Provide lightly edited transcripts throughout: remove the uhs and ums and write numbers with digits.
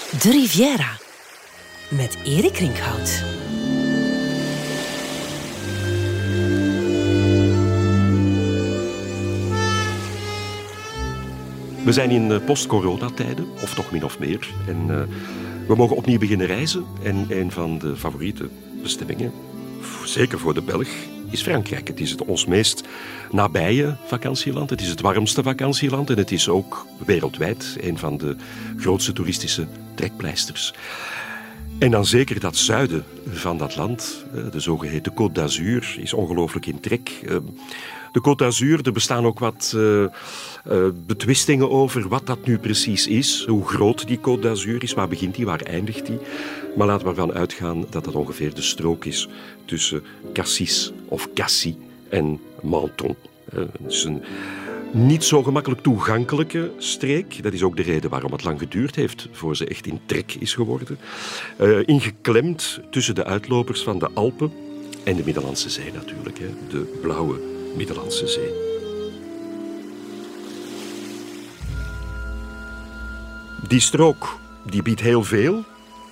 De Riviera met Erik Rinkhout. We zijn in post-coronatijden, of toch min of meer. En we mogen opnieuw beginnen reizen. En een van de favoriete bestemmingen, zeker voor de Belg, is Frankrijk. Het is ons meest nabije vakantieland. Het is het warmste vakantieland. En het is ook wereldwijd een van de grootste toeristische trekpleisters. En dan zeker dat zuiden van dat land, de zogeheten Côte d'Azur, is ongelooflijk in trek. De Côte d'Azur, er bestaan ook wat betwistingen over wat dat nu precies is. Hoe groot die Côte d'Azur is, waar begint die, waar eindigt die. Maar laten we ervan uitgaan dat dat ongeveer de strook is tussen Cassis of Cassis en Menton. Het is een niet zo gemakkelijk toegankelijke streek. Dat is ook de reden waarom het lang geduurd heeft voor ze echt in trek is geworden. Ingeklemd tussen de uitlopers van de Alpen en de Middellandse Zee natuurlijk. De blauwe Middellandse Zee. Die strook die biedt heel veel.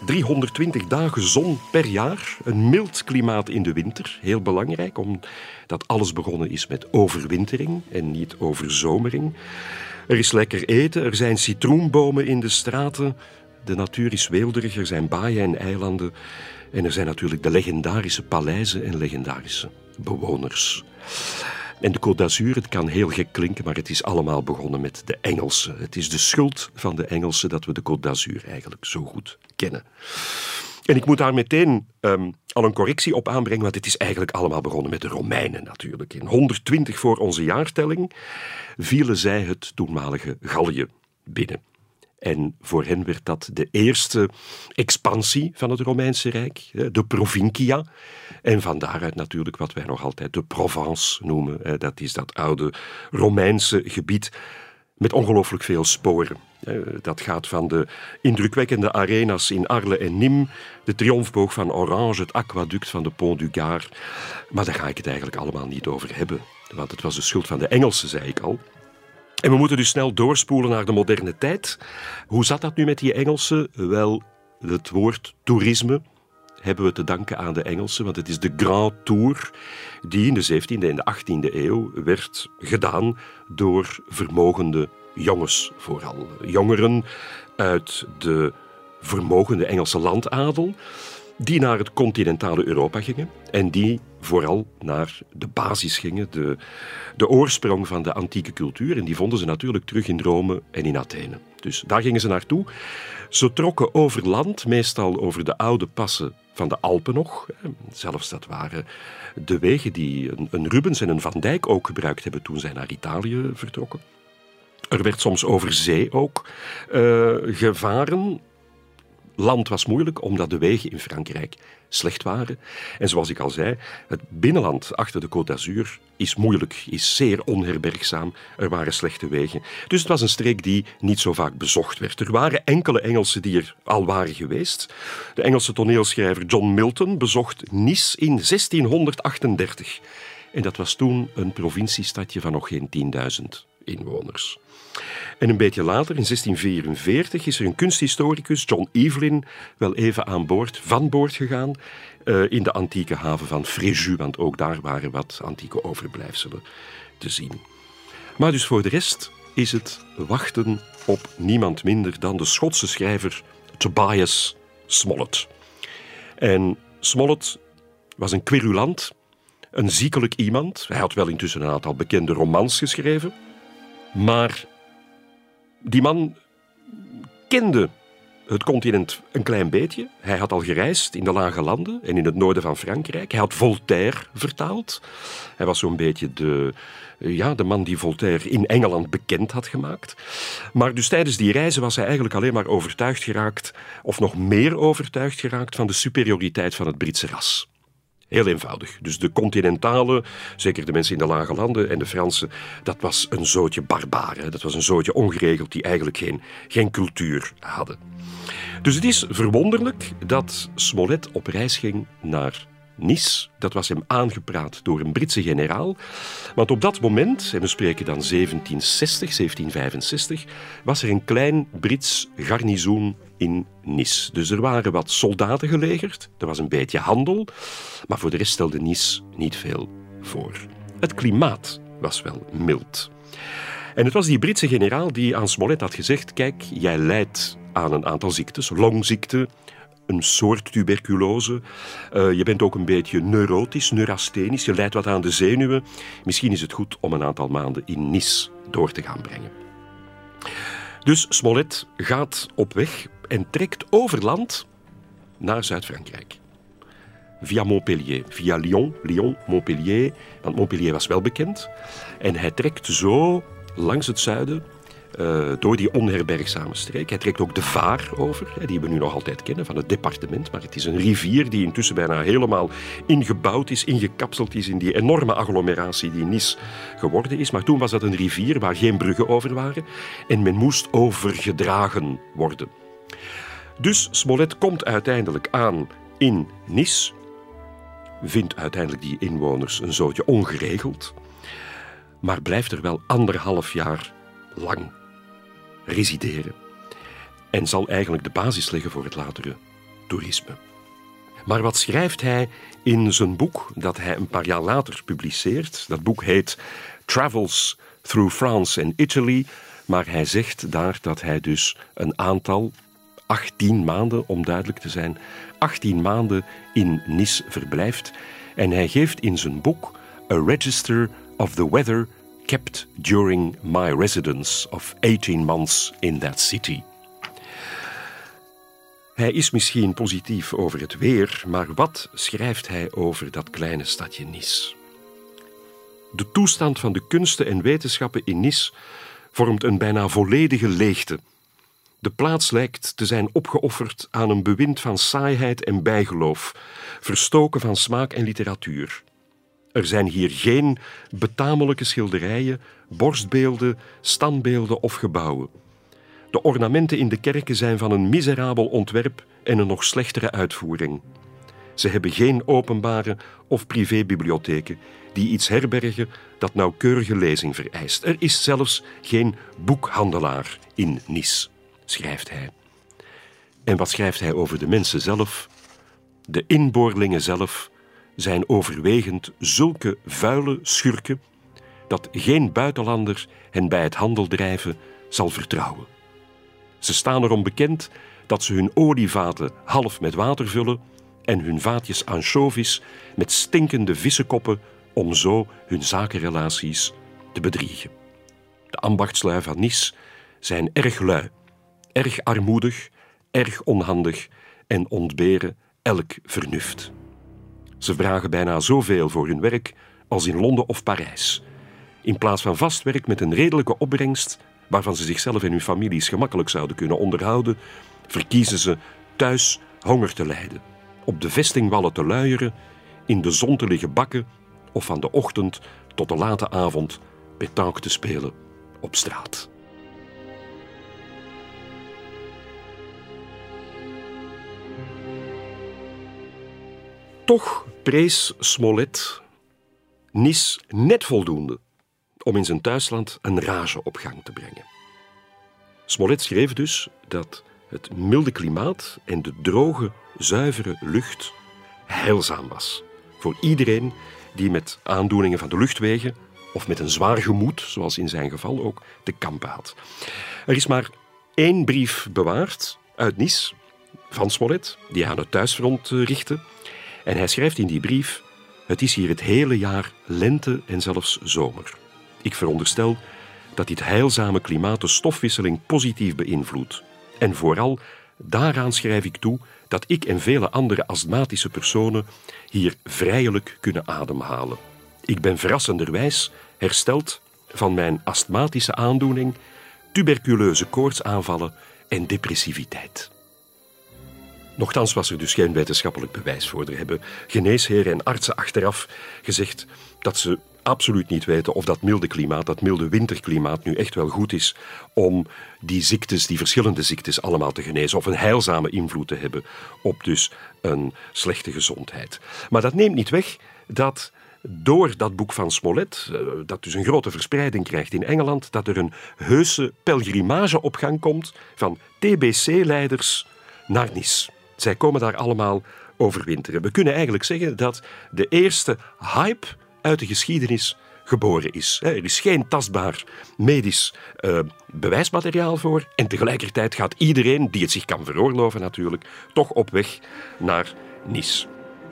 320 dagen zon per jaar, een mild klimaat in de winter, heel belangrijk, omdat alles begonnen is met overwintering en niet overzomering. Er is lekker eten, er zijn citroenbomen in de straten, de natuur is weelderig, er zijn baaien en eilanden en er zijn natuurlijk de legendarische paleizen en legendarische bewoners. En de Côte d'Azur, het kan heel gek klinken, maar het is allemaal begonnen met de Engelsen. Het is de schuld van de Engelsen dat we de Côte d'Azur eigenlijk zo goed kennen. En ik moet daar meteen al een correctie op aanbrengen, want het is eigenlijk allemaal begonnen met de Romeinen natuurlijk. In 120 voor onze jaartelling vielen zij het toenmalige Gallië binnen. En voor hen werd dat de eerste expansie van het Romeinse Rijk, de Provincia. En van daaruit natuurlijk wat wij nog altijd de Provence noemen. Dat is dat oude Romeinse gebied met ongelooflijk veel sporen. Dat gaat van de indrukwekkende arenas in Arles en Nîmes, de triomfboog van Orange, het aquaduct van de Pont du Gard. Maar daar ga ik het eigenlijk allemaal niet over hebben, want het was de schuld van de Engelsen, zei ik al. En we moeten dus snel doorspoelen naar de moderne tijd. Hoe zat dat nu met die Engelsen? Wel, het woord toerisme hebben we te danken aan de Engelsen, want het is de Grand Tour die in de 17e en de 18e eeuw werd gedaan door vermogende jongens vooral. Jongeren uit de vermogende Engelse landadel die naar het continentale Europa gingen en die vooral naar de basis gingen, de oorsprong van de antieke cultuur. En die vonden ze natuurlijk terug in Rome en in Athene. Dus daar gingen ze naartoe. Ze trokken over land, meestal over de oude passen van de Alpen nog. Zelfs dat waren de wegen die een Rubens en een Van Dijk ook gebruikt hebben toen zij naar Italië vertrokken. Er werd soms over zee ook gevaren. Land was moeilijk, omdat de wegen in Frankrijk slecht waren. En zoals ik al zei, het binnenland achter de Côte d'Azur is moeilijk, is zeer onherbergzaam. Er waren slechte wegen. Dus het was een streek die niet zo vaak bezocht werd. Er waren enkele Engelsen die er al waren geweest. De Engelse toneelschrijver John Milton bezocht Nice in 1638. En dat was toen een provinciestadje van nog geen 10.000 inwoners. En een beetje later, in 1644, is er een kunsthistoricus, John Evelyn, wel even van boord gegaan in de antieke haven van Fréjus, want ook daar waren wat antieke overblijfselen te zien. Maar dus voor de rest is het wachten op niemand minder dan de Schotse schrijver Tobias Smollett. En Smollett was een querulant, een ziekelijk iemand. Hij had wel intussen een aantal bekende romans geschreven, maar die man kende het continent een klein beetje. Hij had al gereisd in de Lage Landen en in het noorden van Frankrijk. Hij had Voltaire vertaald. Hij was zo'n beetje de man die Voltaire in Engeland bekend had gemaakt. Maar dus tijdens die reizen was hij eigenlijk alleen maar overtuigd geraakt, of nog meer overtuigd geraakt, van de superioriteit van het Britse ras. Heel eenvoudig. Dus de continentale, zeker de mensen in de Lage Landen en de Fransen, dat was een zootje barbaren. Dat was een zootje ongeregeld die eigenlijk geen cultuur hadden. Dus het is verwonderlijk dat Smollett op reis ging naar Nice. Dat was hem aangepraat door een Britse generaal. Want op dat moment, en we spreken dan 1765, was er een klein Brits garnizoen in Nice. Dus er waren wat soldaten gelegerd, er was een beetje handel, maar voor de rest stelde Nice niet veel voor. Het klimaat was wel mild. En het was die Britse generaal die aan Smollett had gezegd: kijk, jij lijdt aan een aantal ziektes, longziekte, een soort tuberculose. Je bent ook een beetje neurotisch, neurasthenisch, je lijdt wat aan de zenuwen. Misschien is het goed om een aantal maanden in Nice door te gaan brengen. Dus Smollett gaat op weg en trekt over land naar Zuid-Frankrijk. Via Montpellier, via Lyon, Montpellier, want Montpellier was wel bekend. En hij trekt zo langs het zuiden, door die onherbergzame streek. Hij trekt ook de Vaar over, die we nu nog altijd kennen van het departement, maar het is een rivier die intussen bijna helemaal ingebouwd is, ingekapseld is in die enorme agglomeratie die Nice geworden is. Maar toen was dat een rivier waar geen bruggen over waren en men moest overgedragen worden. Dus Smollett komt uiteindelijk aan in Nice, vindt uiteindelijk die inwoners een zootje ongeregeld, maar blijft er wel 1,5 jaar lang resideren en zal eigenlijk de basis leggen voor het latere toerisme. Maar wat schrijft hij in zijn boek dat hij een paar jaar later publiceert? Dat boek heet Travels Through France and Italy, maar hij zegt daar dat hij dus een aantal, 18 maanden om duidelijk te zijn, 18 maanden in Nice verblijft. En hij geeft in zijn boek A Register of the Weather kept during my residence of 18 months in that city. Hij is misschien positief over het weer, maar wat schrijft hij over dat kleine stadje Nice? De toestand van de kunsten en wetenschappen in Nice vormt een bijna volledige leegte. De plaats lijkt te zijn opgeofferd aan een bewind van saaiheid en bijgeloof, verstoken van smaak en literatuur. Er zijn hier geen betamelijke schilderijen, borstbeelden, standbeelden of gebouwen. De ornamenten in de kerken zijn van een miserabel ontwerp en een nog slechtere uitvoering. Ze hebben geen openbare of privébibliotheken die iets herbergen dat nauwkeurige lezing vereist. Er is zelfs geen boekhandelaar in Nice, schrijft hij. En wat schrijft hij over de mensen zelf? De inboorlingen zelf zijn overwegend zulke vuile schurken dat geen buitenlander hen bij het handeldrijven zal vertrouwen. Ze staan erom bekend dat ze hun olievaten half met water vullen en hun vaatjes ansjovis met stinkende vissenkoppen om zo hun zakenrelaties te bedriegen. De ambachtslui van Nice zijn erg lui, erg armoedig, erg onhandig en ontberen elk vernuft. Ze vragen bijna zoveel voor hun werk als in Londen of Parijs. In plaats van vast werk met een redelijke opbrengst, waarvan ze zichzelf en hun families gemakkelijk zouden kunnen onderhouden, verkiezen ze thuis honger te lijden, op de vestingwallen te luieren, in de zon te liggen bakken of van de ochtend tot de late avond pétanque te spelen op straat. Toch prees Smollett Nice net voldoende om in zijn thuisland een rage op gang te brengen. Smollett schreef dus dat het milde klimaat en de droge, zuivere lucht heilzaam was voor iedereen die met aandoeningen van de luchtwegen of met een zwaar gemoed, zoals in zijn geval ook, te kampen had. Er is maar 1 brief bewaard uit Nice van Smollett, die hij aan het thuisfront richtte. En hij schrijft in die brief: het is hier het hele jaar lente en zelfs zomer. Ik veronderstel dat dit heilzame klimaat de stofwisseling positief beïnvloedt. En vooral daaraan schrijf ik toe dat ik en vele andere astmatische personen hier vrijelijk kunnen ademhalen. Ik ben verrassenderwijs hersteld van mijn astmatische aandoening, tuberculeuze koortsaanvallen en depressiviteit. Nochtans was er dus geen wetenschappelijk bewijs voor. Er hebben geneesheren en artsen achteraf gezegd dat ze absoluut niet weten of dat milde klimaat, dat milde winterklimaat, nu echt wel goed is om die ziektes, die verschillende ziektes allemaal te genezen of een heilzame invloed te hebben op dus een slechte gezondheid. Maar dat neemt niet weg dat door dat boek van Smollett, dat dus een grote verspreiding krijgt in Engeland, dat er een heuse pelgrimage op gang komt van TBC-leiders naar Nice. Zij komen daar allemaal overwinteren. We kunnen eigenlijk zeggen dat de eerste hype uit de geschiedenis geboren is. Er is geen tastbaar medisch bewijsmateriaal voor en tegelijkertijd gaat iedereen, die het zich kan veroorloven natuurlijk, toch op weg naar Nice.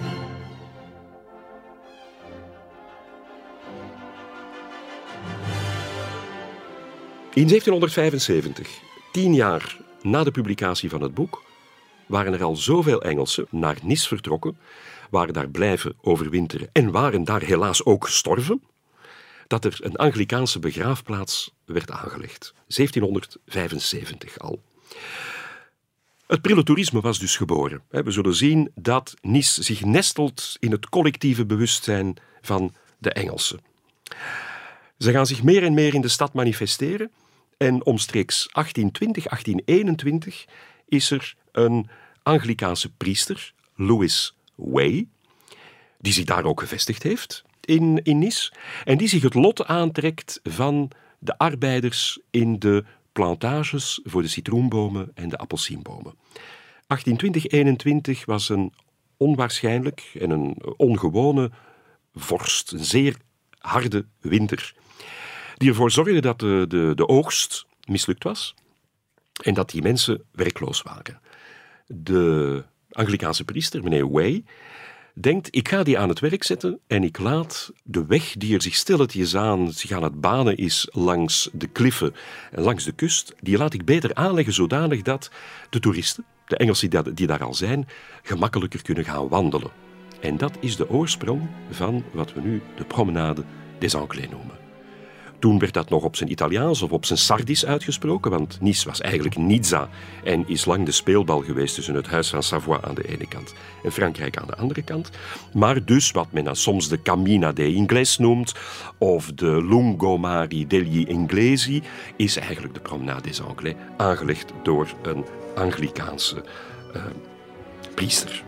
In 1775, 10 jaar na de publicatie van het boek, waren er al zoveel Engelsen naar Nice vertrokken, waren daar blijven overwinteren en waren daar helaas ook gestorven, dat er een Anglikaanse begraafplaats werd aangelegd. 1775 al. Het prille toerisme was dus geboren. We zullen zien dat Nice zich nestelt in het collectieve bewustzijn van de Engelsen. Ze gaan zich meer en meer in de stad manifesteren en omstreeks 1820, 1821 is er een Anglikaanse priester, Louis Way, die zich daar ook gevestigd heeft in Nice en die zich het lot aantrekt van de arbeiders in de plantages voor de citroenbomen en de appelsienbomen. 1820-21 was een onwaarschijnlijk en een ongewone vorst, een zeer harde winter, die ervoor zorgde dat de oogst mislukt was en dat die mensen werkloos waren. De Anglikaanse priester, meneer Way, denkt, ik ga die aan het werk zetten en ik laat de weg die er zich stilletjes aan het banen is langs de kliffen en langs de kust, die laat ik beter aanleggen zodanig dat de toeristen, de Engelsen die daar al zijn, gemakkelijker kunnen gaan wandelen. En dat is de oorsprong van wat we nu de Promenade des Anglais noemen. Toen werd dat nog op zijn Italiaans of op zijn Sardisch uitgesproken, want Nice was eigenlijk Nizza en is lang de speelbal geweest tussen het Huis van Savoie aan de ene kant en Frankrijk aan de andere kant. Maar dus wat men dan soms de Cammina dei Ingles noemt of de Lungomare degli Inglesi, is eigenlijk de Promenade des Anglais aangelegd door een Anglikaanse priester.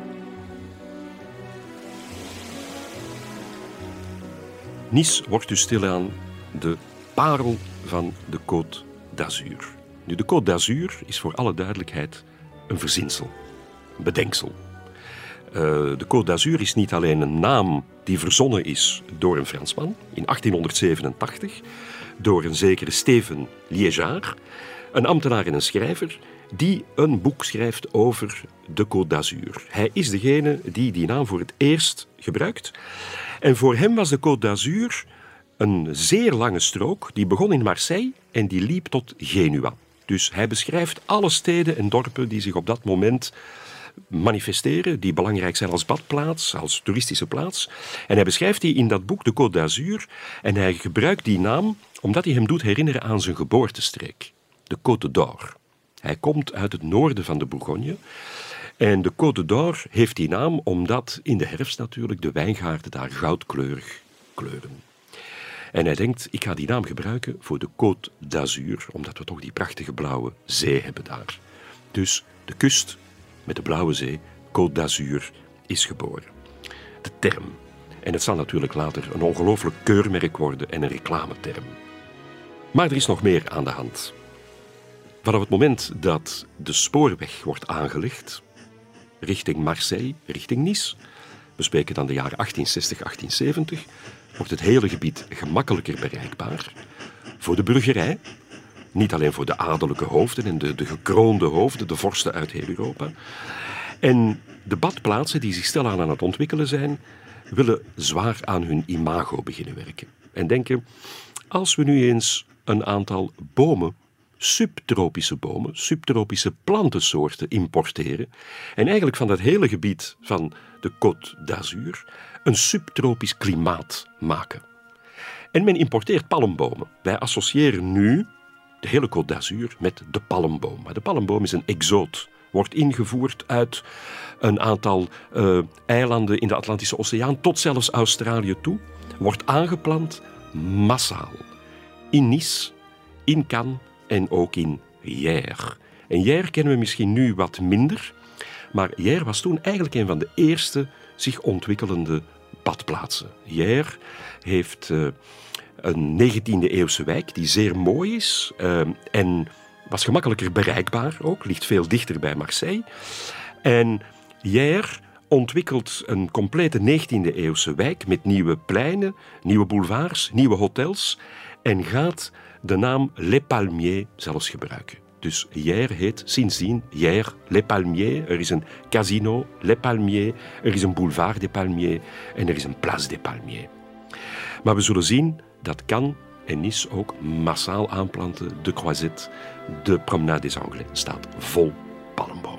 Nice wordt dus stilaan de parel van de Côte d'Azur. Nu, de Côte d'Azur is voor alle duidelijkheid een verzinsel, een bedenksel. De Côte d'Azur is niet alleen een naam die verzonnen is door een Fransman in 1887, door een zekere Steven Liégeard, een ambtenaar en een schrijver, die een boek schrijft over de Côte d'Azur. Hij is degene die naam voor het eerst gebruikt. En voor hem was de Côte d'Azur een zeer lange strook, die begon in Marseille en die liep tot Genua. Dus hij beschrijft alle steden en dorpen die zich op dat moment manifesteren, die belangrijk zijn als badplaats, als toeristische plaats. En hij beschrijft die in dat boek, de Côte d'Azur, en hij gebruikt die naam omdat hij hem doet herinneren aan zijn geboortestreek, de Côte d'Or. Hij komt uit het noorden van de Bourgogne. En de Côte d'Or heeft die naam omdat in de herfst natuurlijk de wijngaarden daar goudkleurig kleuren. En hij denkt, ik ga die naam gebruiken voor de Côte d'Azur, omdat we toch die prachtige blauwe zee hebben daar. Dus de kust met de blauwe zee, Côte d'Azur, is geboren. De term. En het zal natuurlijk later een ongelooflijk keurmerk worden en een reclameterm. Maar er is nog meer aan de hand. Vanaf het moment dat de spoorweg wordt aangelegd, richting Marseille, richting Nice, we spreken dan de jaren 1860, 1870, wordt het hele gebied gemakkelijker bereikbaar voor de burgerij, niet alleen voor de adellijke hoofden en de gekroonde hoofden, de vorsten uit heel Europa. En de badplaatsen die zich stilaan aan het ontwikkelen zijn, willen zwaar aan hun imago beginnen werken. En denken, als we nu eens een aantal bomen, subtropische plantensoorten importeren en eigenlijk van dat hele gebied van de Côte d'Azur een subtropisch klimaat maken. En men importeert palmbomen. Wij associëren nu de hele Côte d'Azur met de palmboom. Maar de palmboom is een exoot, wordt ingevoerd uit een aantal eilanden in de Atlantische Oceaan tot zelfs Australië toe. wordt aangeplant massaal. In Nice, in Cannes en ook in Hyères. En Hyères kennen we misschien nu wat minder, maar Hyères was toen eigenlijk een van de eerste zich ontwikkelende badplaatsen. Hyères heeft een 19e-eeuwse wijk die zeer mooi is en was gemakkelijker bereikbaar ook, ligt veel dichter bij Marseille. En Hyères ontwikkelt een complete 19e-eeuwse wijk met nieuwe pleinen, nieuwe boulevards, nieuwe hotels en gaat de naam Les Palmiers zelfs gebruiken. Dus Hyères heet sindsdien Hyères Les Palmiers. Er is een casino, Les Palmiers. Er is een boulevard des Palmiers. En er is een Place des Palmiers. Maar we zullen zien dat Cannes en Nice ook massaal aanplanten. De Croisette, de Promenade des Anglais staat vol palmbomen.